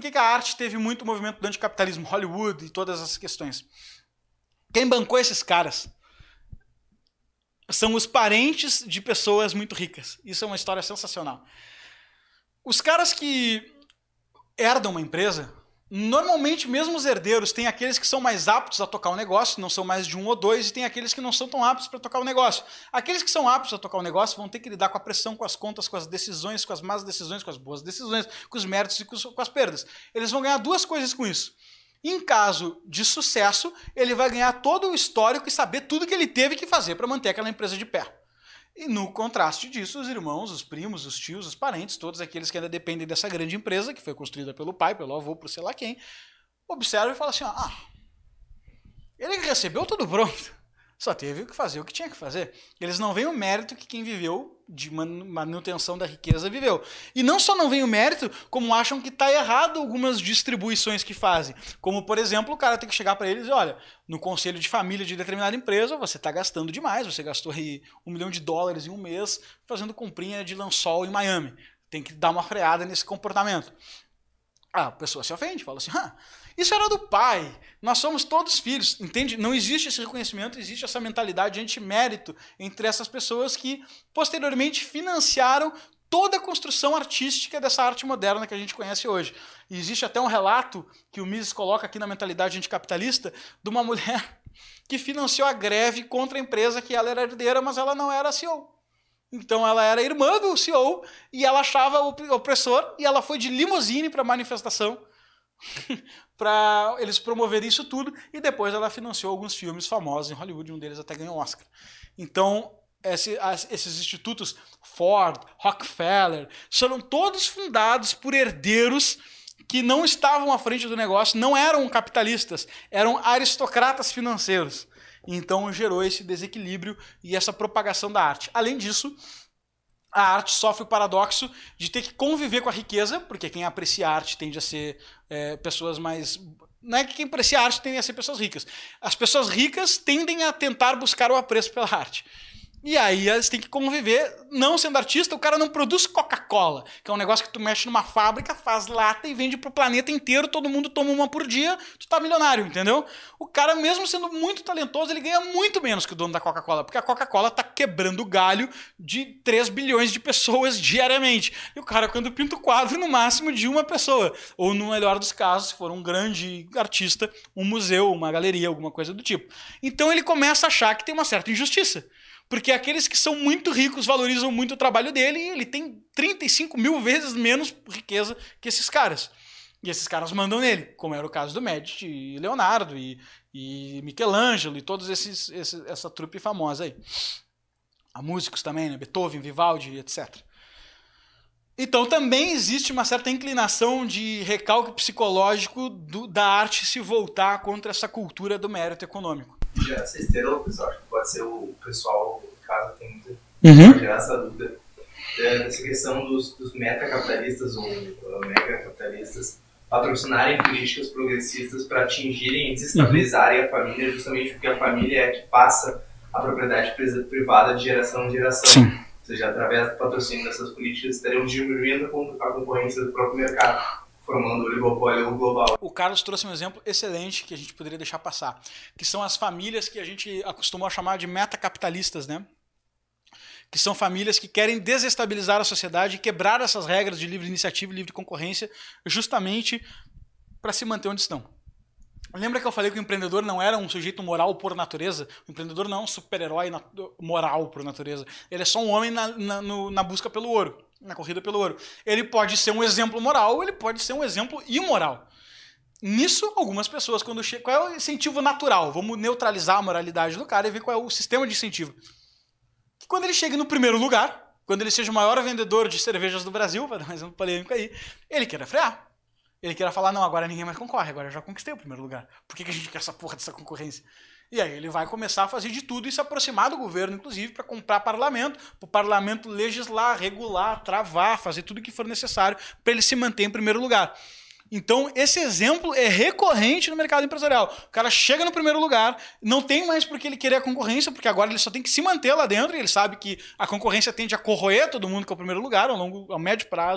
que a arte teve muito movimento do anticapitalismo, Hollywood e todas essas questões. Quem bancou esses caras são os parentes de pessoas muito ricas. Isso é uma história sensacional. Os caras que herdam uma empresa, normalmente mesmo os herdeiros, tem aqueles que são mais aptos a tocar o negócio, não são mais de um ou dois, e tem aqueles que não são tão aptos para tocar o negócio. Aqueles que são aptos a tocar o negócio vão ter que lidar com a pressão, com as contas, com as decisões, com as más decisões, com as boas decisões, com os méritos e com as perdas. Eles vão ganhar duas coisas com isso. Em caso de sucesso, ele vai ganhar todo o histórico e saber tudo que ele teve que fazer para manter aquela empresa de pé. E no contraste disso, os irmãos, os primos, os tios, os parentes, todos aqueles que ainda dependem dessa grande empresa, que foi construída pelo pai, pelo avô, por sei lá quem, observam e falam assim, ele recebeu tudo pronto, só teve que fazer o que tinha que fazer. Eles não veem o mérito que quem viveu de manutenção da riqueza viveu. E não só não veem o mérito, como acham que está errado algumas distribuições que fazem. Como, por exemplo, o cara tem que chegar para eles e olha, no conselho de família de determinada empresa, você está gastando demais, você gastou aí $1 milhão em um mês fazendo comprinha de lençol em Miami. Tem que dar uma freada nesse comportamento. A pessoa se ofende, fala assim, isso era do pai, nós somos todos filhos, entende? Não existe esse reconhecimento, existe essa mentalidade anti-mérito entre essas pessoas que posteriormente financiaram toda a construção artística dessa arte moderna que a gente conhece hoje. E existe até um relato que o Mises coloca aqui na mentalidade anticapitalista de uma mulher que financiou a greve contra a empresa que ela era herdeira, mas ela não era CEO. Então ela era irmã do CEO e ela achava o opressor e ela foi de limusine para a manifestação para eles promoverem isso tudo e depois ela financiou alguns filmes famosos em Hollywood, um deles até ganhou Oscar. Então esses institutos Ford, Rockefeller, foram todos fundados por herdeiros que não estavam à frente do negócio, não eram capitalistas, eram aristocratas financeiros. Então gerou esse desequilíbrio e essa propagação da arte. Além disso, a arte sofre o paradoxo de ter que conviver com a riqueza, porque quem aprecia a arte tende a ser pessoas mais... Não é que quem aprecia a arte tende a ser pessoas ricas. As pessoas ricas tendem a tentar buscar o apreço pela arte. E aí eles têm que conviver, não sendo artista, o cara não produz Coca-Cola, que é um negócio que tu mexe numa fábrica, faz lata e vende pro planeta inteiro, todo mundo toma uma por dia, tu tá milionário, entendeu? O cara, mesmo sendo muito talentoso, ele ganha muito menos que o dono da Coca-Cola, porque a Coca-Cola tá quebrando o galho de 3 bilhões de pessoas diariamente. E o cara, quando pinta o quadro, no máximo de uma pessoa. Ou, no melhor dos casos, se for um grande artista, um museu, uma galeria, alguma coisa do tipo. Então ele começa a achar que tem uma certa injustiça. Porque aqueles que são muito ricos valorizam muito o trabalho dele e ele tem 35 mil vezes menos riqueza que esses caras. E esses caras mandam nele, como era o caso do Medici, e Leonardo, e Michelangelo, e todos essa trupe famosa aí. Há músicos também, né? Beethoven, Vivaldi, etc. Então também existe uma certa inclinação de recalque psicológico da arte se voltar contra essa cultura do mérito econômico. Já vocês terão, pessoal, acho que pode ser o pessoal, caso tenha gerar essa dúvida, dessa questão dos metacapitalistas ou megacapitalistas patrocinarem políticas progressistas para atingirem e desestabilizarem a família, justamente porque a família é a que passa a propriedade privada de geração em geração. Sim. Ou seja, através do patrocínio dessas políticas, estariam diminuindo a concorrência do próprio mercado, formando o oligopólio global. O Carlos trouxe um exemplo excelente que a gente poderia deixar passar, que são as famílias que a gente acostumou a chamar de metacapitalistas, né? Que são famílias que querem desestabilizar a sociedade e quebrar essas regras de livre iniciativa e livre concorrência justamente para se manter onde estão. Lembra que eu falei que o empreendedor não era um sujeito moral por natureza? O empreendedor não é um super-herói moral por natureza. Ele é só um homem na busca pelo ouro, na corrida pelo ouro. Ele pode ser um exemplo moral, ou ele pode ser um exemplo imoral. Nisso, algumas pessoas, quando chegam... Qual é o incentivo natural? Vamos neutralizar a moralidade do cara e ver qual é o sistema de incentivo. Que quando ele chega no primeiro lugar, quando ele seja o maior vendedor de cervejas do Brasil, para dar um exemplo polêmico aí, ele queira frear. Ele queira falar, não, agora ninguém mais concorre, agora eu já conquistei o primeiro lugar. Por que a gente quer essa porra dessa concorrência? E aí ele vai começar a fazer de tudo e se aproximar do governo, inclusive, para comprar parlamento, para o parlamento legislar, regular, travar, fazer tudo o que for necessário para ele se manter em primeiro lugar. Então, esse exemplo é recorrente no mercado empresarial. O cara chega no primeiro lugar, não tem mais por que ele querer a concorrência, porque agora ele só tem que se manter lá dentro, e ele sabe que a concorrência tende a corroer todo mundo que é o primeiro lugar, ao médio prazo,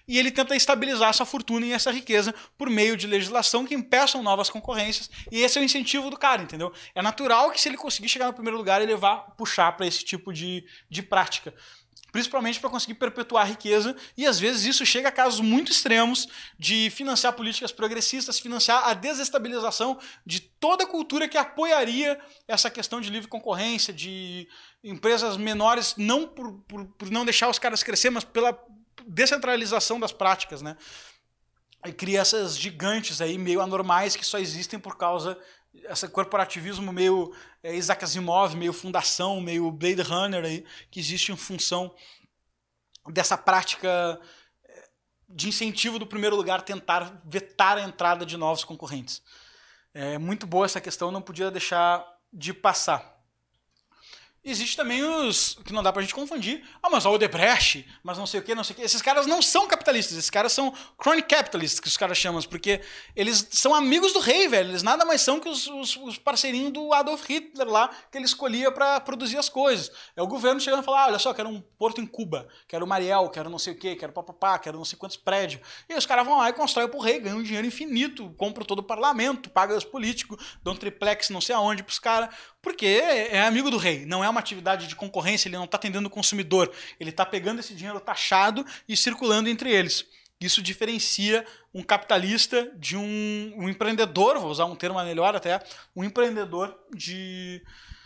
e ele tenta estabilizar essa fortuna e essa riqueza por meio de legislação que impeçam novas concorrências, e esse é o incentivo do cara, entendeu? É natural que se ele conseguir chegar no primeiro lugar, ele vá puxar para esse tipo de prática. Principalmente para conseguir perpetuar a riqueza, e às vezes isso chega a casos muito extremos de financiar políticas progressistas, financiar a desestabilização de toda a cultura que apoiaria essa questão de livre concorrência, de empresas menores, não por não deixar os caras crescer, mas pela descentralização das práticas, né? E cria essas gigantes aí meio anormais que só existem por causa esse corporativismo meio Isaac Asimov, meio Fundação, meio Blade Runner aí, que existe em função dessa prática de incentivo do primeiro lugar tentar vetar a entrada de novos concorrentes. É muito boa essa questão, não podia deixar de passar. Existe também os que não dá pra gente confundir. Mas a Odebrecht, mas não sei o que, não sei o que. Esses caras não são capitalistas, esses caras são crony capitalists, que os caras chamam, porque eles são amigos do rei, velho. Eles nada mais são que os parceirinhos do Adolf Hitler lá, que ele escolhia pra produzir as coisas. É o governo chegando e falar, olha só, quero um porto em Cuba, quero Mariel, quero não sei o que, quero papapá, quero não sei quantos prédios. E os caras vão lá e constroem pro rei, ganham um dinheiro infinito, compram todo o parlamento, pagam os políticos, dão triplex não sei aonde pros caras, porque é amigo do rei, não é uma atividade de concorrência, ele não está atendendo o consumidor, ele está pegando esse dinheiro taxado e circulando entre eles. Isso diferencia um capitalista de um empreendedor, vou usar um termo melhor até, um empreendedor de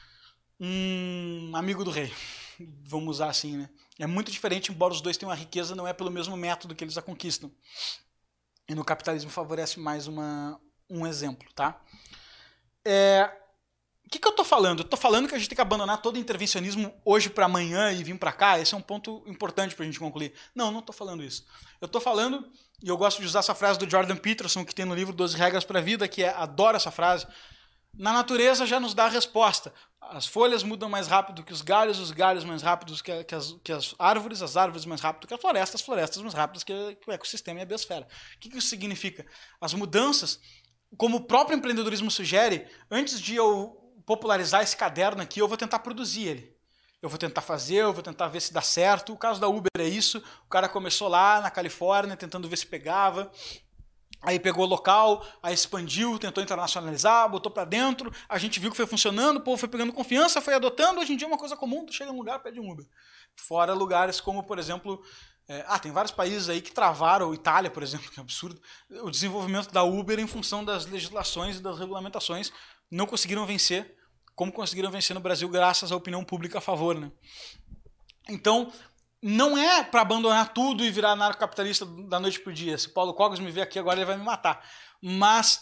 um amigo do rei, vamos usar assim, né? É muito diferente, embora os dois tenham uma riqueza, não é pelo mesmo método que eles a conquistam. E no capitalismo favorece mais um exemplo, tá? O que eu estou falando? Eu estou falando que a gente tem que abandonar todo o intervencionismo hoje para amanhã e vir para cá? Esse é um ponto importante para a gente concluir. Não estou falando isso. Eu estou falando, e eu gosto de usar essa frase do Jordan Peterson, que tem no livro 12 Regras para a Vida, que adoro essa frase. Na natureza já nos dá a resposta. As folhas mudam mais rápido que os galhos mais rápidos que as árvores mais rápido que as florestas mais rápidas que o ecossistema e a biosfera. O que isso significa? As mudanças, como o próprio empreendedorismo sugere, antes de eu popularizar esse caderno aqui, eu vou tentar produzir ele. Eu vou tentar fazer, eu vou tentar ver se dá certo. O caso da Uber é isso. O cara começou lá na Califórnia, tentando ver se pegava. Aí pegou o local, aí expandiu, tentou internacionalizar, botou pra dentro. A gente viu que foi funcionando, o povo foi pegando confiança, foi adotando. Hoje em dia é uma coisa comum, tu chega num lugar, pede um Uber. Fora lugares como, por exemplo... tem vários países aí que travaram, Itália, por exemplo, que é absurdo, o desenvolvimento da Uber em função das legislações e das regulamentações. Não conseguiram vencer, como conseguiram vencer no Brasil graças à opinião pública a favor, né? Então, não é para abandonar tudo e virar anarcocapitalista da noite pro dia. Se o Paulo Cogos me ver aqui agora, ele vai me matar. Mas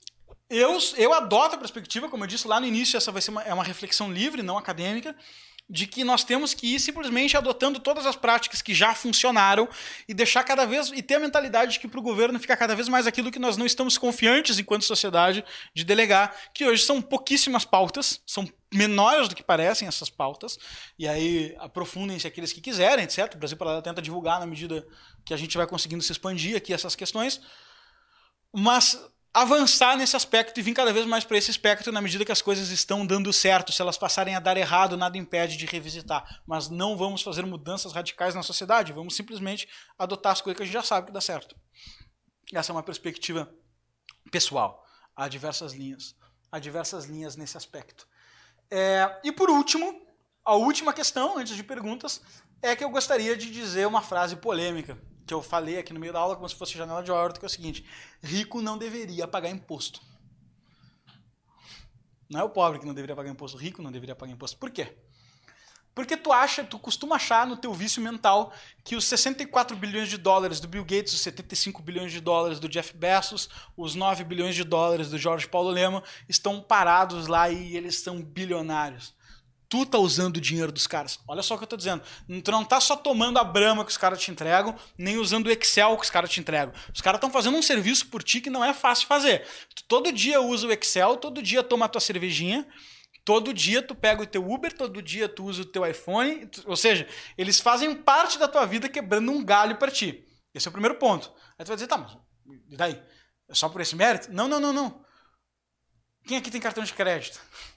eu adoto a perspectiva, como eu disse lá no início, essa vai ser uma reflexão livre, não acadêmica, de que nós temos que ir simplesmente adotando todas as práticas que já funcionaram e deixar cada vez, e ter a mentalidade de que para o governo ficar cada vez mais aquilo que nós não estamos confiantes enquanto sociedade de delegar, que hoje são pouquíssimas pautas, são menores do que parecem essas pautas, e aí aprofundem-se aqueles que quiserem, etc. O Brasil Paralelo tenta divulgar na medida que a gente vai conseguindo se expandir aqui essas questões, mas avançar nesse aspecto e vir cada vez mais para esse espectro na medida que as coisas estão dando certo. Se elas passarem a dar errado, nada impede de revisitar. Mas não vamos fazer mudanças radicais na sociedade, vamos simplesmente adotar as coisas que a gente já sabe que dá certo. Essa é uma perspectiva pessoal. Há diversas linhas nesse aspecto. E por último, a última questão, antes de perguntas, é que eu gostaria de dizer uma frase polêmica, que eu falei aqui no meio da aula como se fosse janela de aorta, que é o seguinte: rico não deveria pagar imposto. Não é o pobre que não deveria pagar imposto, o rico não deveria pagar imposto. Por quê? Porque tu costuma achar no teu vício mental que os 64 bilhões de dólares do Bill Gates, os 75 bilhões de dólares do Jeff Bezos, os 9 bilhões de dólares do Jorge Paulo Lemann estão parados lá e eles são bilionários. Tu tá usando o dinheiro dos caras. Olha só o que eu tô dizendo. Tu não tá só tomando a brama que os caras te entregam, nem usando o Excel que os caras te entregam. Os caras estão fazendo um serviço por ti que não é fácil fazer. Tu todo dia usa o Excel, todo dia toma a tua cervejinha, todo dia tu pega o teu Uber, todo dia tu usa o teu iPhone. Ou seja, eles fazem parte da tua vida quebrando um galho para ti. Esse é o primeiro ponto. Aí tu vai dizer, tá, mas e daí? É só por esse mérito? Não. Quem aqui tem cartão de crédito?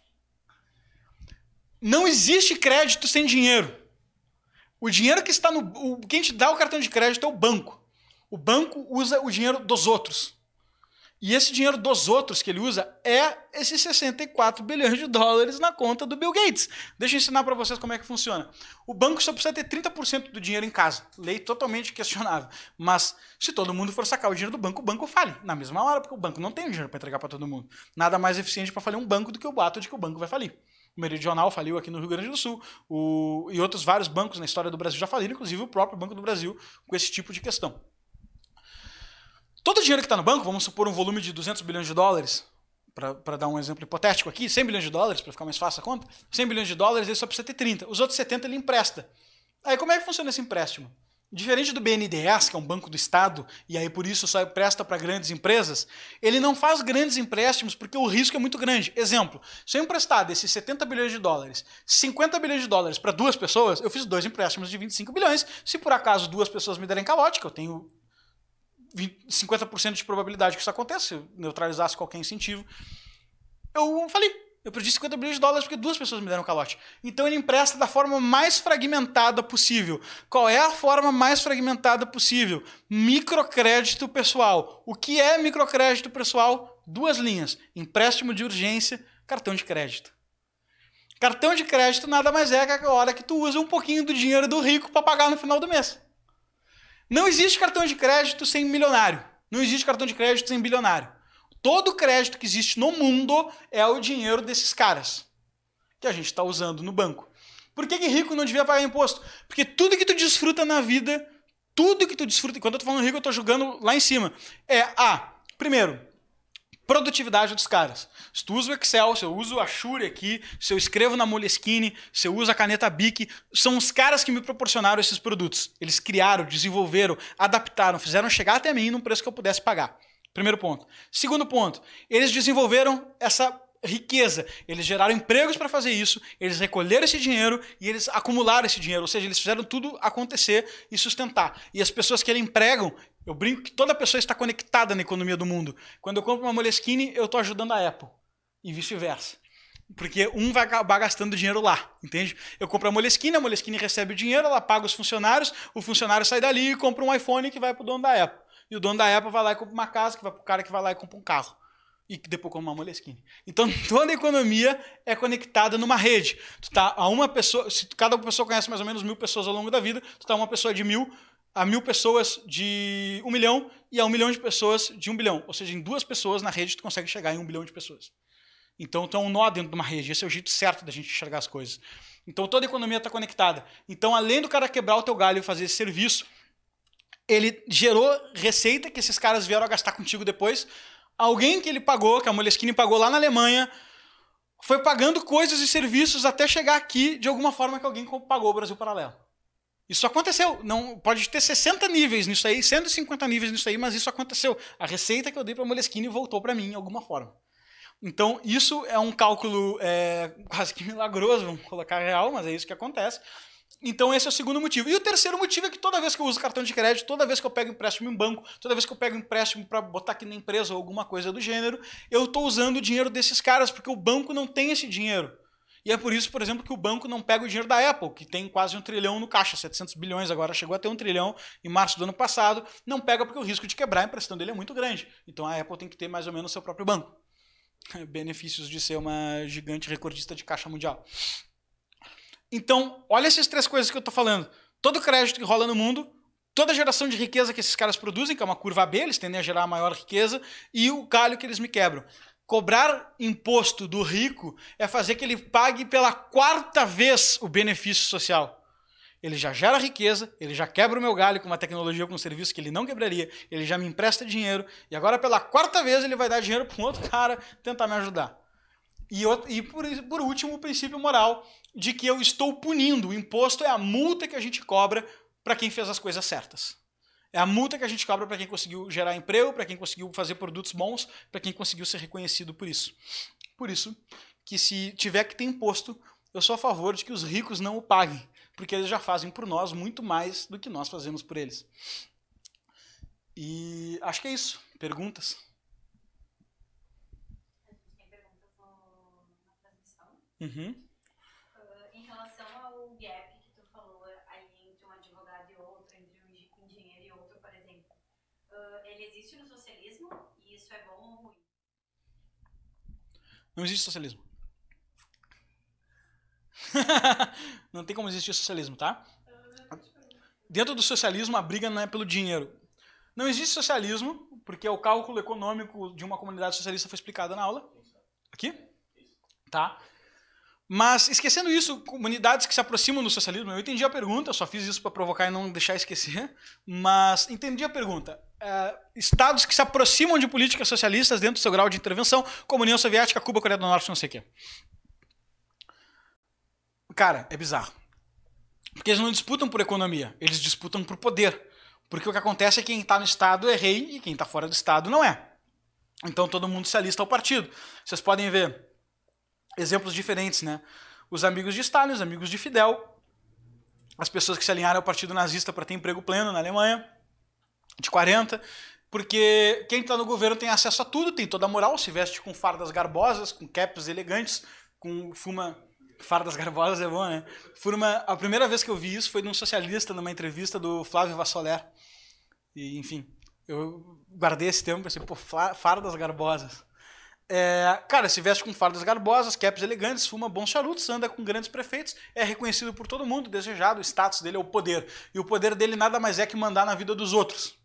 Não existe crédito sem dinheiro. O dinheiro que está quem te dá o cartão de crédito é o banco. O banco usa o dinheiro dos outros. E esse dinheiro dos outros que ele usa é esses 64 bilhões de dólares na conta do Bill Gates. Deixa eu ensinar para vocês como é que funciona. O banco só precisa ter 30% do dinheiro em casa. Lei totalmente questionável. Mas se todo mundo for sacar o dinheiro do banco, o banco fale na mesma hora, porque o banco não tem dinheiro para entregar para todo mundo. Nada mais eficiente para falir um banco do que o boato de que o banco vai falir. O Meridional faliu aqui no Rio Grande do Sul, e outros vários bancos na história do Brasil já faliram, inclusive o próprio Banco do Brasil, com esse tipo de questão. Todo o dinheiro que está no banco, vamos supor um volume de 200 bilhões de dólares, para dar um exemplo hipotético aqui, 100 bilhões de dólares, para ficar mais fácil a conta, 100 bilhões de dólares ele só precisa ter 30, os outros 70 ele empresta. Aí como é que funciona esse empréstimo? Diferente do BNDES, que é um banco do Estado, e aí por isso só empresta para grandes empresas, ele não faz grandes empréstimos porque o risco é muito grande. Exemplo, se eu emprestar desses 70 bilhões de dólares, 50 bilhões de dólares para 2 pessoas, eu fiz 2 empréstimos de 25 bilhões, se por acaso 2 pessoas me derem calote, que eu tenho 50% de probabilidade que isso aconteça, se eu neutralizasse qualquer incentivo, eu falei, eu perdi 50 bilhões de dólares porque 2 pessoas me deram calote. Então ele empresta da forma mais fragmentada possível. Qual é a forma mais fragmentada possível? Microcrédito pessoal. O que é microcrédito pessoal? 2 linhas, empréstimo de urgência, cartão de crédito. Cartão de crédito nada mais é que a hora que tu usa um pouquinho do dinheiro do rico para pagar no final do mês. Não existe cartão de crédito sem milionário. Não existe cartão de crédito sem bilionário. Todo crédito que existe no mundo é o dinheiro desses caras que a gente está usando no banco. Por que rico não devia pagar imposto? Porque tudo que tu desfruta na vida, tudo que tu desfruta, quando eu estou falando rico eu estou jogando lá em cima, primeiro, produtividade dos caras. Se tu usa o Excel, se eu uso a Shure aqui, se eu escrevo na Moleskine, se eu uso a caneta Bic, são os caras que me proporcionaram esses produtos. Eles criaram, desenvolveram, adaptaram, fizeram chegar até mim num preço que eu pudesse pagar. Primeiro ponto. Segundo ponto, eles desenvolveram essa riqueza. Eles geraram empregos para fazer isso, eles recolheram esse dinheiro e eles acumularam esse dinheiro. Ou seja, eles fizeram tudo acontecer e sustentar. E as pessoas que eles empregam, eu brinco que toda pessoa está conectada na economia do mundo. Quando eu compro uma Moleskine, eu estou ajudando a Apple. E vice-versa. Porque um vai acabar gastando dinheiro lá, entende? Eu compro a Moleskine recebe o dinheiro, ela paga os funcionários, o funcionário sai dali e compra um iPhone que vai para o dono da Apple. E o dono da Apple vai lá e compra uma casa, que vai para o cara que vai lá e compra um carro. E depois compra uma Moleskine. Então toda a economia é conectada numa rede. Tu tá a uma pessoa, se cada pessoa conhece mais ou menos 1000 pessoas ao longo da vida, tu tá uma pessoa de 1000 a 1000 pessoas de 1 milhão e a 1 milhão de pessoas de 1 bilhão. Ou seja, em 2 pessoas na rede tu consegue chegar em 1 bilhão de pessoas. Então tu é um nó dentro de uma rede. Esse é o jeito certo da gente enxergar as coisas. Então toda a economia está conectada. Então além do cara quebrar o teu galho e fazer esse serviço, ele gerou receita que esses caras vieram a gastar contigo depois. Alguém que ele pagou, que a Moleskine pagou lá na Alemanha, foi pagando coisas e serviços até chegar aqui de alguma forma que alguém pagou o Brasil Paralelo. Isso aconteceu. Não, pode ter 60 níveis nisso aí, 150 níveis nisso aí, mas isso aconteceu. A receita que eu dei para a Moleskine voltou para mim de alguma forma. Então, isso é um cálculo quase que milagroso, vamos colocar real, mas é isso que acontece. Então esse é o segundo motivo. E o terceiro motivo é que toda vez que eu uso cartão de crédito, toda vez que eu pego empréstimo em banco, toda vez que eu pego empréstimo para botar aqui na empresa ou alguma coisa do gênero, eu estou usando o dinheiro desses caras, porque o banco não tem esse dinheiro. E é por isso, por exemplo, que o banco não pega o dinheiro da Apple, que tem quase 1 trilhão no caixa, 700 bilhões, agora chegou a ter 1 trilhão em março do ano passado, não pega porque o risco de quebrar a emprestão dele é muito grande. Então a Apple tem que ter mais ou menos o seu próprio banco. Benefícios de ser uma gigante recordista de caixa mundial. Então, olha essas 3 coisas que eu estou falando. Todo crédito que rola no mundo, toda a geração de riqueza que esses caras produzem, que é uma curva B, eles tendem a gerar a maior riqueza, e o galho que eles me quebram. Cobrar imposto do rico é fazer que ele pague pela 4ª vez o benefício social. Ele já gera riqueza, ele já quebra o meu galho com uma tecnologia ou com um serviço que ele não quebraria, ele já me empresta dinheiro, e agora pela 4ª vez ele vai dar dinheiro para um outro cara tentar me ajudar. E por último, o princípio moral de que eu estou punindo. O imposto é a multa que a gente cobra para quem fez as coisas certas. É a multa que a gente cobra para quem conseguiu gerar emprego, para quem conseguiu fazer produtos bons, para quem conseguiu ser reconhecido por isso. Por isso que se tiver que ter imposto, eu sou a favor de que os ricos não o paguem, porque eles já fazem por nós muito mais do que nós fazemos por eles. E acho que é isso. Perguntas? Uhum. Em relação ao gap que tu falou aí entre um advogado e outro, entre um engenheiro e outro, por exemplo, Não existe socialismo. Não tem como existir socialismo, tá? Dentro do socialismo, a briga não é pelo dinheiro. Não existe socialismo, porque o cálculo econômico de uma comunidade socialista foi explicado na aula. Aqui? Tá. Mas, esquecendo isso, comunidades que se aproximam do socialismo, eu entendi a pergunta, eu só fiz isso para provocar e não deixar esquecer, mas entendi a pergunta. Estados que se aproximam de políticas socialistas dentro do seu grau de intervenção, como União Soviética, Cuba, Coreia do Norte, não sei o quê. Cara, é bizarro. Porque eles não disputam por economia, eles disputam por poder. Porque o que acontece é que quem está no Estado é rei e quem está fora do Estado não é. Então todo mundo se alista ao partido. Vocês podem ver exemplos diferentes, né? Os amigos de Stalin, os amigos de Fidel, as pessoas que se alinharam ao partido nazista para ter emprego pleno na Alemanha, de 40, porque quem está no governo tem acesso a tudo, tem toda a moral, se veste com fardas garbosas, com caps elegantes, fuma... Fardas garbosas é bom, né? A primeira vez que eu vi isso foi de um socialista numa entrevista do Flávio Vassoler. E, enfim, eu guardei esse termo e pensei, pô, fardas garbosas. Cara, se veste com fardas garbosas, caps elegantes, fuma bons charutos, anda com grandes prefeitos, é reconhecido por todo mundo, desejado, o status dele é o poder. E o poder dele nada mais é que mandar na vida dos outros.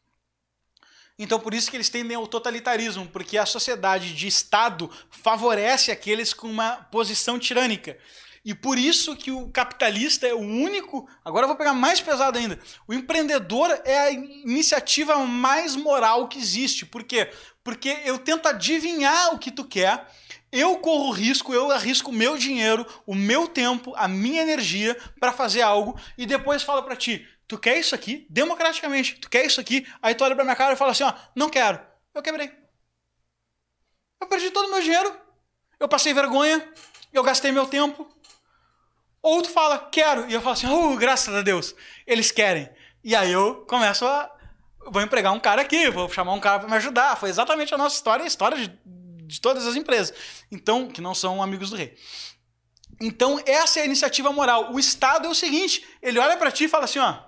Então, por isso que eles tendem ao totalitarismo, porque a sociedade de Estado favorece aqueles com uma posição tirânica. E por isso que o capitalista é o único... Agora eu vou pegar mais pesado ainda. O empreendedor é a iniciativa mais moral que existe. Por quê? Porque eu tento adivinhar o que tu quer, eu corro risco, eu arrisco o meu dinheiro, o meu tempo, a minha energia para fazer algo e depois falo para ti, tu quer isso aqui? Democraticamente, tu quer isso aqui? Aí tu olha pra minha cara e fala assim, ó, não quero. Eu quebrei. Eu perdi todo o meu dinheiro, eu passei vergonha, eu gastei meu tempo. Ou tu fala, quero, e eu falo assim, graças a Deus, eles querem. E aí eu começo vou empregar um cara aqui, vou chamar um cara para me ajudar. Foi exatamente a nossa história, a história de todas as empresas. Então, que não são amigos do rei. Então, essa é a iniciativa moral. O Estado é o seguinte, ele olha para ti e fala assim, ó,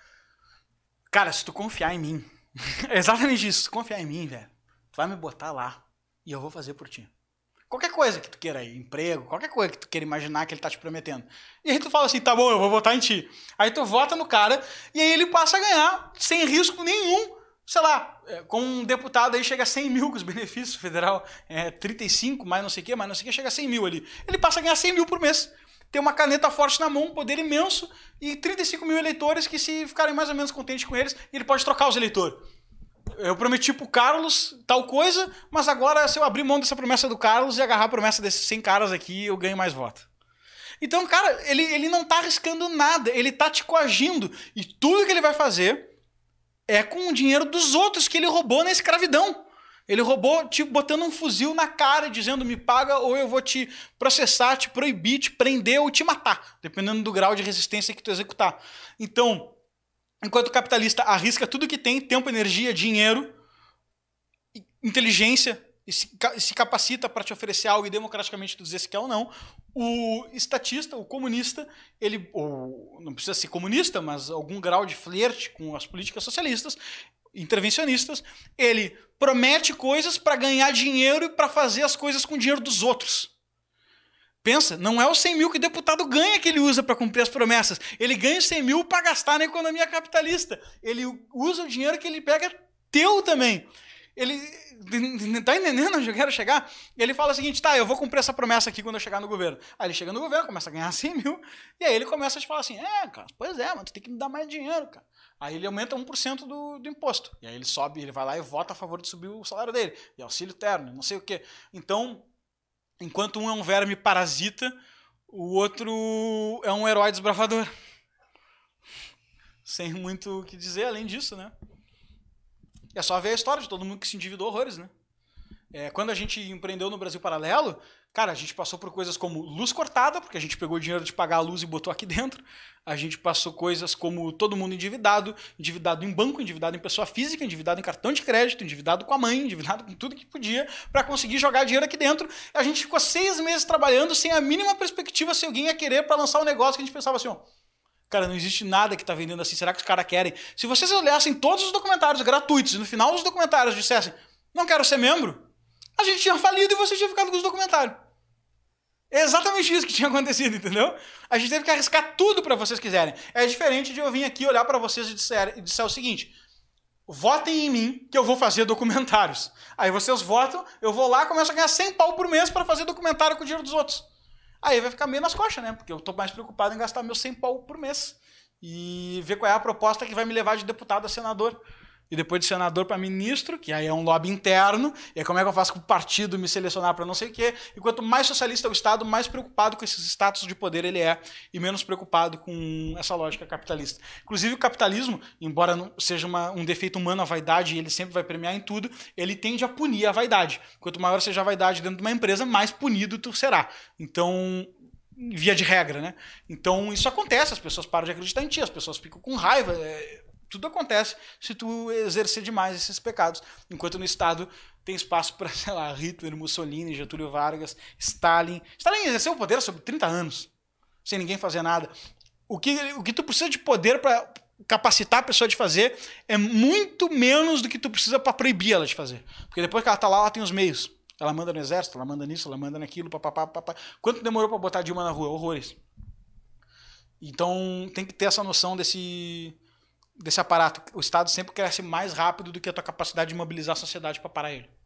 cara, se tu confiar em mim, é exatamente isso, se tu confiar em mim, velho, tu vai me botar lá e eu vou fazer por ti. Qualquer coisa que tu queira aí, emprego, qualquer coisa que tu queira imaginar que ele tá te prometendo. E aí tu fala assim, tá bom, eu vou votar em ti. Aí tu vota no cara e aí ele passa a ganhar sem risco nenhum. Sei lá, com um deputado aí chega a 100 mil com os benefícios federal, 35, mais não sei o que, chega a 100 mil ali. Ele passa a ganhar 100 mil por mês. Tem uma caneta forte na mão, um poder imenso e 35 mil eleitores que se ficarem mais ou menos contentes com eles, ele pode trocar os eleitores. Eu prometi pro Carlos tal coisa, mas agora se eu abrir mão dessa promessa do Carlos e agarrar a promessa desses 100 caras aqui, eu ganho mais voto. Então, cara, ele não tá arriscando nada, ele tá te coagindo. E tudo que ele vai fazer é com o dinheiro dos outros que ele roubou na escravidão. Ele roubou, tipo, botando um fuzil na cara, dizendo, me paga ou eu vou te processar, te proibir, te prender ou te matar, dependendo do grau de resistência que tu executar. Então, enquanto o capitalista arrisca tudo que tem, tempo, energia, dinheiro, inteligência, e se capacita para te oferecer algo e democraticamente tu dizer se quer ou não, o estatista, o comunista, ele, ou não precisa ser comunista, mas algum grau de flerte com as políticas socialistas, intervencionistas, ele promete coisas para ganhar dinheiro e para fazer as coisas com o dinheiro dos outros. Pensa, não é os 100 mil que o deputado ganha que ele usa para cumprir as promessas. Ele ganha os 100 mil para gastar na economia capitalista. Ele usa o dinheiro que ele pega teu também. Ele tá entendendo onde eu quero chegar? Ele fala o seguinte, tá, eu vou cumprir essa promessa aqui quando eu chegar no governo. Aí ele chega no governo, começa a ganhar 100 mil, e aí ele começa a te falar assim, cara, pois é, mas tu tem que me dar mais dinheiro, cara. Aí ele aumenta 1% do imposto. E aí ele sobe, ele vai lá e vota a favor de subir o salário dele. E auxílio terno, não sei o quê. Então, enquanto um é um verme parasita, o outro é um herói desbravador. Sem muito o que dizer além disso, né? É só ver a história de todo mundo que se endividou horrores, né? Quando a gente empreendeu no Brasil Paralelo, cara, a gente passou por coisas como luz cortada, porque a gente pegou o dinheiro de pagar a luz e botou aqui dentro. A gente passou coisas como todo mundo endividado em banco, endividado em pessoa física, endividado em cartão de crédito, endividado com a mãe, endividado com tudo que podia para conseguir jogar dinheiro aqui dentro. A gente ficou 6 meses trabalhando sem a mínima perspectiva se alguém ia querer para lançar um negócio que a gente pensava assim, ó, cara, não existe nada que tá vendendo assim, será que os caras querem? Se vocês olhassem todos os documentários gratuitos e no final dos documentários dissessem, não quero ser membro, a gente tinha falido e você tinha ficado com os documentários. É exatamente isso que tinha acontecido, entendeu? A gente teve que arriscar tudo para vocês quiserem. É diferente de eu vir aqui olhar para vocês e disser o seguinte: votem em mim que eu vou fazer documentários. Aí vocês votam, eu vou lá e começo a ganhar 100 pau por mês para fazer documentário com o dinheiro dos outros. Aí vai ficar meio nas coxas, né? Porque eu tô mais preocupado em gastar meus 100 pau por mês e ver qual é a proposta que vai me levar de deputado a senador. E depois de senador para ministro, que aí é um lobby interno, e aí como é que eu faço com o partido me selecionar para não sei o quê. E quanto mais socialista é o Estado, mais preocupado com esses status de poder ele é, e menos preocupado com essa lógica capitalista. Inclusive o capitalismo, embora não seja um defeito humano a vaidade, e ele sempre vai premiar em tudo, ele tende a punir a vaidade. Quanto maior seja a vaidade dentro de uma empresa, mais punido tu será. Então, via de regra, né? Então isso acontece, as pessoas param de acreditar em ti, as pessoas ficam com raiva, tudo acontece se tu exercer demais esses pecados. Enquanto no Estado tem espaço para, sei lá, Hitler, Mussolini, Getúlio Vargas, Stalin. Stalin exerceu o poder sobre 30 anos, sem ninguém fazer nada. O que tu precisa de poder para capacitar a pessoa de fazer é muito menos do que tu precisa para proibir ela de fazer. Porque depois que ela tá lá, ela tem os meios. Ela manda no exército, ela manda nisso, ela manda naquilo, papapá. Quanto demorou para botar a Dilma na rua? Horrores. Então tem que ter essa noção desse aparato. O Estado sempre cresce mais rápido do que a tua capacidade de mobilizar a sociedade para parar ele.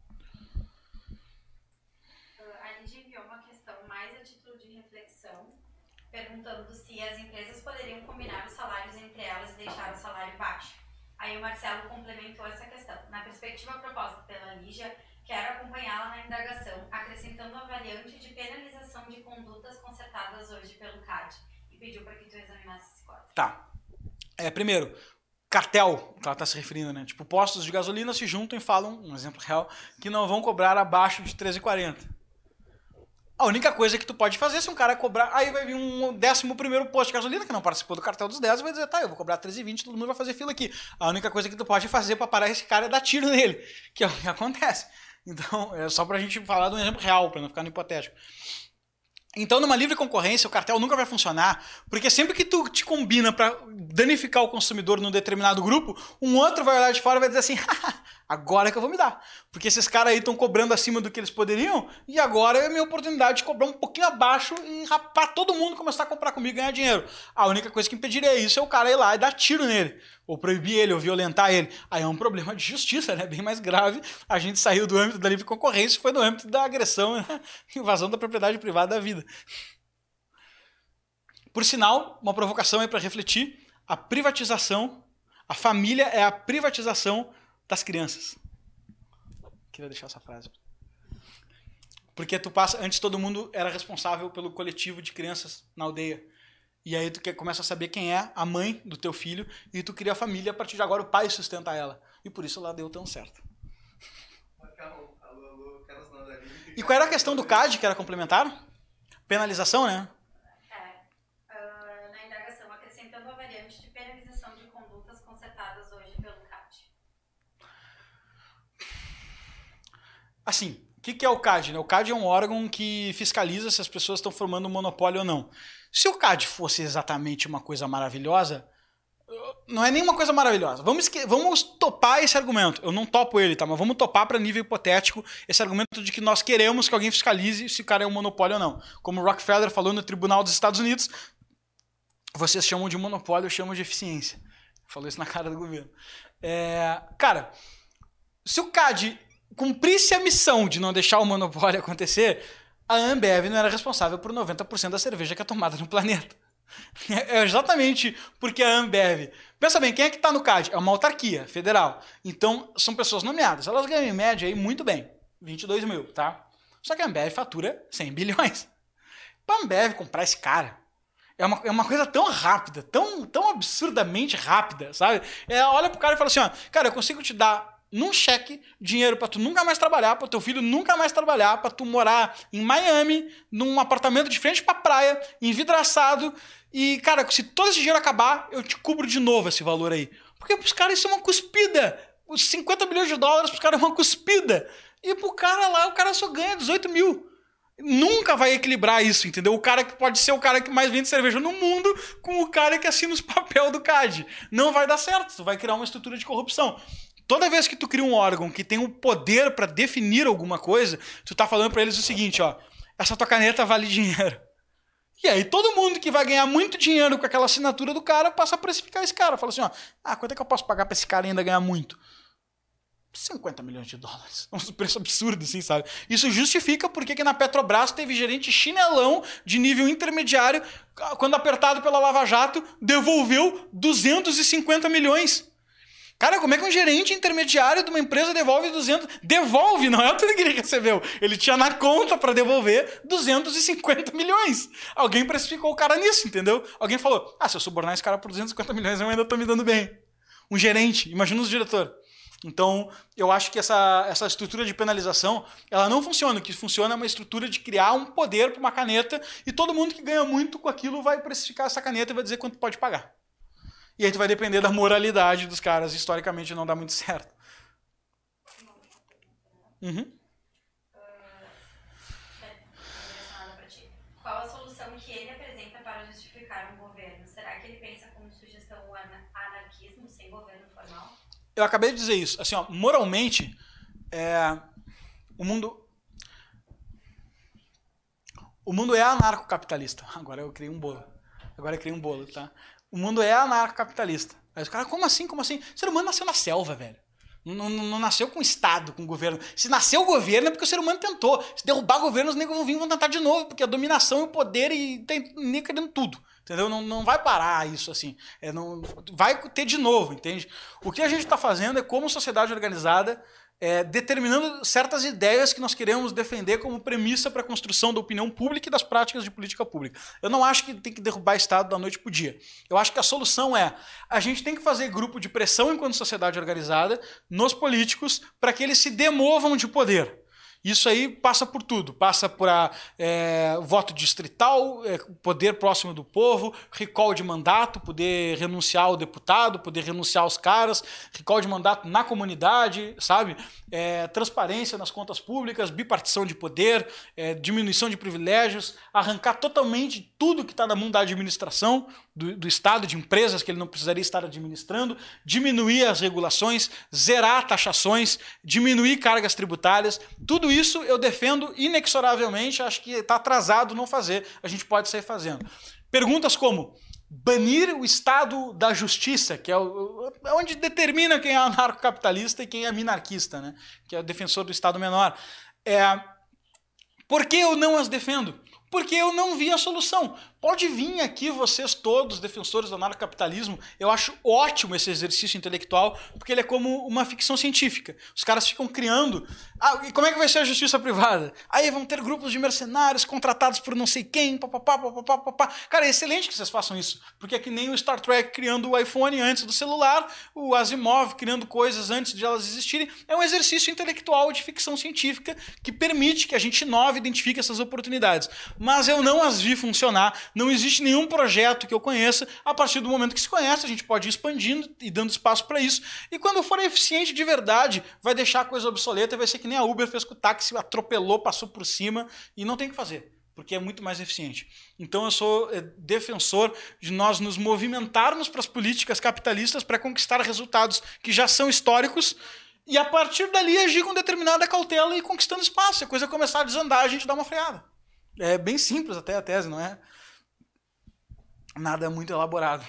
A Lídia enviou uma questão mais a título de reflexão, perguntando se as empresas poderiam combinar os salários entre elas e deixar o salário baixo. Aí o Marcelo complementou essa questão. Na perspectiva proposta pela Lígia, quero acompanhá-la na indagação, acrescentando a variante de penalização de condutas consertadas hoje pelo CAD, e pediu para que tu examinasse esse quadro. Tá. Primeiro, cartel, que ela está se referindo, né? Tipo, postos de gasolina se juntam e falam, um exemplo real, que não vão cobrar abaixo de R$13,40. A única coisa que tu pode fazer, se um cara cobrar, aí vai vir um 11º posto de gasolina que não participou do cartel dos 10 e vai dizer, tá, eu vou cobrar R$13,20, todo mundo vai fazer fila aqui. A única coisa que tu pode fazer para parar esse cara é dar tiro nele, que é o que acontece. Então, é só pra gente falar de um exemplo real, para não ficar no hipotético. Então, numa livre concorrência, o cartel nunca vai funcionar, porque sempre que tu te combina para danificar o consumidor num determinado grupo, um outro vai olhar de fora e vai dizer assim, agora é que eu vou me dar. Porque esses caras aí estão cobrando acima do que eles poderiam, e agora é a minha oportunidade de cobrar um pouquinho abaixo e rapar todo mundo começar a comprar comigo e ganhar dinheiro. A única coisa que impediria isso é o cara ir lá e dar tiro nele, ou proibir ele, ou violentar ele. Aí é um problema de justiça, né? Bem mais grave. A gente saiu do âmbito da livre concorrência e foi no âmbito da agressão, né? Invasão da propriedade privada da vida. Por sinal, uma provocação aí para refletir, a privatização, a família é a privatização das crianças. Queria deixar essa frase. Porque tu passa, antes todo mundo era responsável pelo coletivo de crianças na aldeia. E aí tu começa a saber quem é a mãe do teu filho e tu cria a família, a partir de agora o pai sustenta ela. E por isso ela deu tão certo. E qual era a questão do CAD, que era complementar? Penalização, né? Na indagação, acrescentando a variante de penalização de condutas consertadas hoje pelo CAD. Assim, o que é o CAD? Né? O CAD é um órgão que fiscaliza se as pessoas estão formando um monopólio ou não. Se o CAD fosse exatamente uma coisa maravilhosa, não é nenhuma coisa maravilhosa. Vamos topar esse argumento. Eu não topo ele, tá? Mas vamos topar para nível hipotético esse argumento de que nós queremos que alguém fiscalize se o cara é um monopólio ou não. Como o Rockefeller falou no Tribunal dos Estados Unidos, vocês chamam de monopólio, eu chamo de eficiência. Falou isso na cara do governo. Cara, se o CAD cumprisse a missão de não deixar o monopólio acontecer, a Ambev não era responsável por 90% da cerveja que é tomada no planeta. É exatamente porque a Ambev... Pensa bem, quem é que está no CAD? É uma autarquia federal. Então, são pessoas nomeadas. Elas ganham em média aí muito bem. 22 mil, tá? Só que a Ambev fatura 100 bilhões. Para a Ambev comprar esse cara, é uma coisa tão rápida, tão absurdamente rápida, sabe? Olha pro cara e fala assim, ó, cara, eu consigo te dar num cheque dinheiro pra tu nunca mais trabalhar, pra teu filho nunca mais trabalhar, pra tu morar em Miami, num apartamento de frente pra praia, envidraçado, e, cara, se todo esse dinheiro acabar, eu te cubro de novo esse valor aí. Porque pros caras isso é uma cuspida. Os 50 bilhões de dólares pros caras é uma cuspida. E pro cara lá, o cara só ganha 18 mil. Nunca vai equilibrar isso, entendeu? O cara que pode ser o cara que mais vende cerveja no mundo com o cara que assina os papéis do CAD. Não vai dar certo, tu vai criar uma estrutura de corrupção. Toda vez que tu cria um órgão que tem o poder para definir alguma coisa, tu tá falando para eles o seguinte, ó, essa tua caneta vale dinheiro. E aí todo mundo que vai ganhar muito dinheiro com aquela assinatura do cara passa a precificar esse cara. Fala assim, ó, quanto é que eu posso pagar para esse cara e ainda ganhar muito? 50 milhões de dólares. É um preço absurdo, assim, sabe? Isso justifica porque que na Petrobras teve gerente chinelão de nível intermediário, quando apertado pela Lava Jato, devolveu 250 milhões. Cara, como é que um gerente intermediário de uma empresa devolve 200... Devolve, não é tudo que ele recebeu. Ele tinha na conta para devolver 250 milhões. Alguém precificou o cara nisso, entendeu? Alguém falou, se eu subornar esse cara por 250 milhões, eu ainda tô me dando bem. Um gerente, imagina os diretores. Então, eu acho que essa estrutura de penalização, ela não funciona. O que funciona é uma estrutura de criar um poder para uma caneta e todo mundo que ganha muito com aquilo vai precificar essa caneta e vai dizer quanto pode pagar. E aí tu vai depender da moralidade dos caras. Historicamente não dá muito certo. Qual a solução que ele apresenta para justificar um governo? Será que ele pensa como sugestão o anarquismo sem governo formal? Eu acabei de dizer isso. Assim, ó, moralmente, o mundo é anarcocapitalista. Agora eu criei um bolo, tá? O mundo é anarcocapitalista. Aí os caras, como assim? Como assim? O ser humano nasceu na selva, velho. Não nasceu com Estado, com governo. Se nasceu o governo é porque o ser humano tentou. Se derrubar governo, os negros vão vir e vão tentar de novo, porque a dominação e o poder e tem nego querendo tudo. Entendeu? Não vai parar isso assim. Vai ter de novo, entende? O que a gente está fazendo é, como sociedade organizada, determinando certas ideias que nós queremos defender como premissa para a construção da opinião pública e das práticas de política pública. Eu não acho que tem que derrubar Estado da noite para o dia. Eu acho que a solução a gente tem que fazer grupo de pressão enquanto sociedade organizada nos políticos para que eles se demovam de poder. Isso aí passa por tudo, passa por voto distrital, poder próximo do povo, recall de mandato, poder renunciar ao deputado, poder renunciar aos caras, recall de mandato na comunidade, sabe? Transparência nas contas públicas, bipartição de poder, diminuição de privilégios, arrancar totalmente tudo que está na mão da administração, do Estado, de empresas que ele não precisaria estar administrando, diminuir as regulações, zerar taxações, diminuir cargas tributárias, tudo isso eu defendo inexoravelmente, acho que está atrasado não fazer, a gente pode sair fazendo. Perguntas como banir o Estado da justiça, que é onde determina quem é anarcocapitalista e quem é minarquista, né? Que é o defensor do Estado menor. Por que eu não as defendo? Porque eu não vi a solução. Pode vir aqui vocês todos, defensores do anarcocapitalismo, eu acho ótimo esse exercício intelectual, porque ele é como uma ficção científica. Os caras ficam criando... e como é que vai ser a justiça privada? Aí vão ter grupos de mercenários contratados por não sei quem, papapá. Cara, é excelente que vocês façam isso, porque é que nem o Star Trek criando o iPhone antes do celular, o Asimov criando coisas antes de elas existirem. É um exercício intelectual de ficção científica que permite que a gente inove e identifique essas oportunidades. Mas eu não as vi funcionar. Não existe nenhum projeto que eu conheça. A partir do momento que se conhece, a gente pode ir expandindo e dando espaço para isso. E quando for eficiente de verdade, vai deixar a coisa obsoleta e vai ser que nem a Uber fez com o táxi, atropelou, passou por cima e não tem o que fazer, porque é muito mais eficiente. Então eu sou defensor de nós nos movimentarmos para as políticas capitalistas para conquistar resultados que já são históricos e a partir dali agir com determinada cautela e conquistando espaço. Se a coisa começar a desandar, a gente dá uma freada. É bem simples até a tese, não é nada muito elaborado.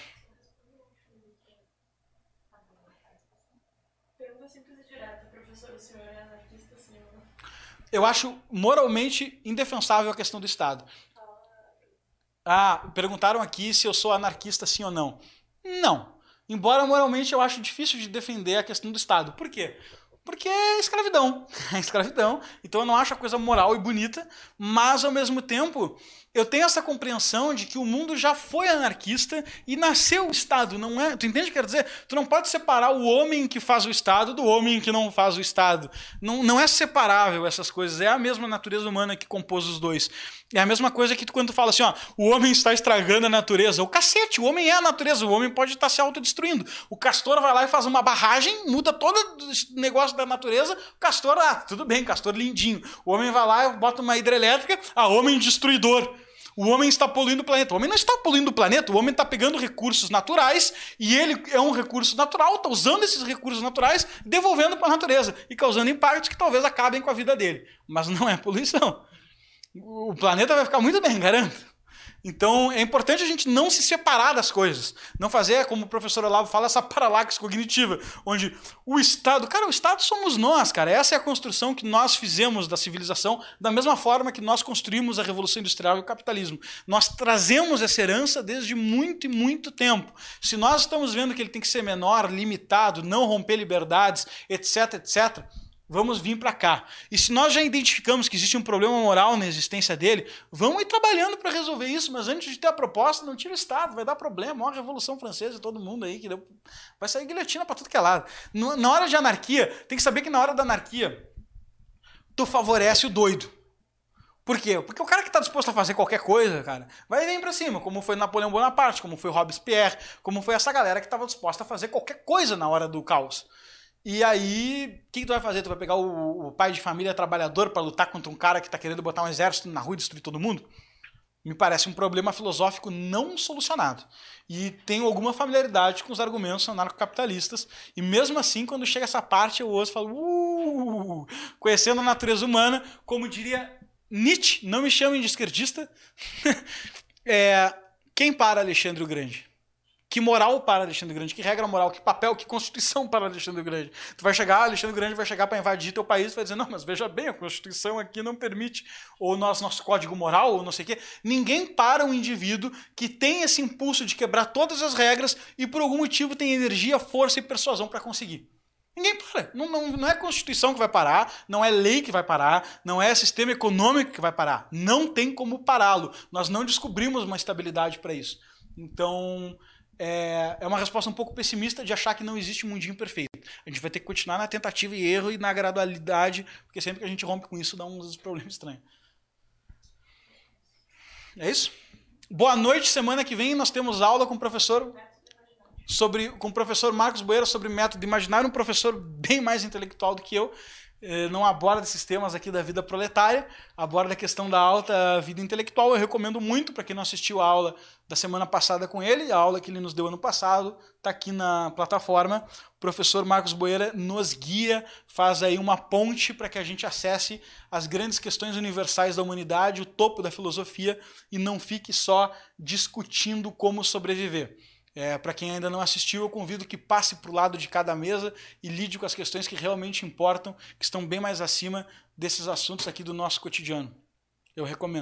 Pergunta simples e direta, professor, o senhor é anarquista, sim ou não? Eu acho moralmente indefensável a questão do Estado. Perguntaram aqui se eu sou anarquista, sim ou não. Não. Embora moralmente eu acho difícil de defender a questão do Estado. Por quê? Porque é escravidão. É escravidão. Então eu não acho a coisa moral e bonita, mas ao mesmo tempo eu tenho essa compreensão de que o mundo já foi anarquista e nasceu o Estado, não é? Tu entende o que quer dizer? Tu não pode separar o homem que faz o Estado do homem que não faz o Estado. Não é separável essas coisas. É a mesma natureza humana que compôs os dois. É a mesma coisa que quando tu fala assim, o homem está estragando a natureza. O cacete, o homem é a natureza, o homem pode estar se autodestruindo. O castor vai lá e faz uma barragem, muda todo o negócio da natureza, o castor, tudo bem, castor lindinho. O homem vai lá e bota uma hidrelétrica, homem destruidor. O homem está poluindo o planeta. O homem não está poluindo o planeta, o homem está pegando recursos naturais e ele é um recurso natural, está usando esses recursos naturais, devolvendo para a natureza e causando impactos que talvez acabem com a vida dele. Mas não é poluição. O planeta vai ficar muito bem, garanto. Então, é importante a gente não se separar das coisas. Não fazer, como o professor Olavo fala, essa paralaxe cognitiva, onde o Estado... Cara, o Estado somos nós, cara. Essa é a construção que nós fizemos da civilização, da mesma forma que nós construímos a Revolução Industrial e o capitalismo. Nós trazemos essa herança desde muito e muito tempo. Se nós estamos vendo que ele tem que ser menor, limitado, não romper liberdades, etc, etc... vamos vir para cá. E se nós já identificamos que existe um problema moral na existência dele, vamos ir trabalhando para resolver isso, mas antes de ter a proposta, não tira o Estado, vai dar problema. Olha a Revolução Francesa, todo mundo aí, que deu... vai sair guilhotina para tudo que é lado. Na hora de anarquia, tem que saber que na hora da anarquia, tu favorece o doido. Por quê? Porque o cara que está disposto a fazer qualquer coisa, cara, vai vir para cima, como foi Napoleão Bonaparte, como foi Robespierre, como foi essa galera que estava disposta a fazer qualquer coisa na hora do caos. E aí, o que tu vai fazer? Tu vai pegar o pai de família trabalhador para lutar contra um cara que está querendo botar um exército na rua e destruir todo mundo? Me parece um problema filosófico não solucionado. E tenho alguma familiaridade com os argumentos anarcocapitalistas. E mesmo assim, quando chega essa parte, eu ouço e falo, conhecendo a natureza humana, como diria Nietzsche, não me chamem de esquerdista, quem para Alexandre o Grande? Que moral para Alexandre o Grande? Que regra moral? Que papel? Que constituição para Alexandre o Grande? Tu vai chegar, Alexandre o Grande vai chegar para invadir teu país e vai dizer, não, mas veja bem, a Constituição aqui não permite, ou nosso código moral, ou não sei o quê. Ninguém para um indivíduo que tem esse impulso de quebrar todas as regras e por algum motivo tem energia, força e persuasão para conseguir. Ninguém para. Não é a Constituição que vai parar, não é lei que vai parar, não é sistema econômico que vai parar. Não tem como pará-lo. Nós não descobrimos uma estabilidade para isso. Então... é uma resposta um pouco pessimista de achar que não existe um mundinho perfeito. A gente vai ter que continuar na tentativa e erro e na gradualidade, porque sempre que a gente rompe com isso dá uns problemas estranhos. É isso? Boa noite, semana que vem nós temos aula com o professor Marcos Boeira sobre método imaginário, um professor bem mais intelectual do que eu. Não aborda esses temas aqui da vida proletária, aborda a questão da alta vida intelectual. Eu recomendo muito para quem não assistiu a aula da semana passada com ele, a aula que ele nos deu ano passado, está aqui na plataforma. O professor Marcos Boeira nos guia, faz aí uma ponte para que a gente acesse as grandes questões universais da humanidade, o topo da filosofia, e não fique só discutindo como sobreviver. Para quem ainda não assistiu, eu convido que passe para o lado de cada mesa e lide com as questões que realmente importam, que estão bem mais acima desses assuntos aqui do nosso cotidiano. Eu recomendo.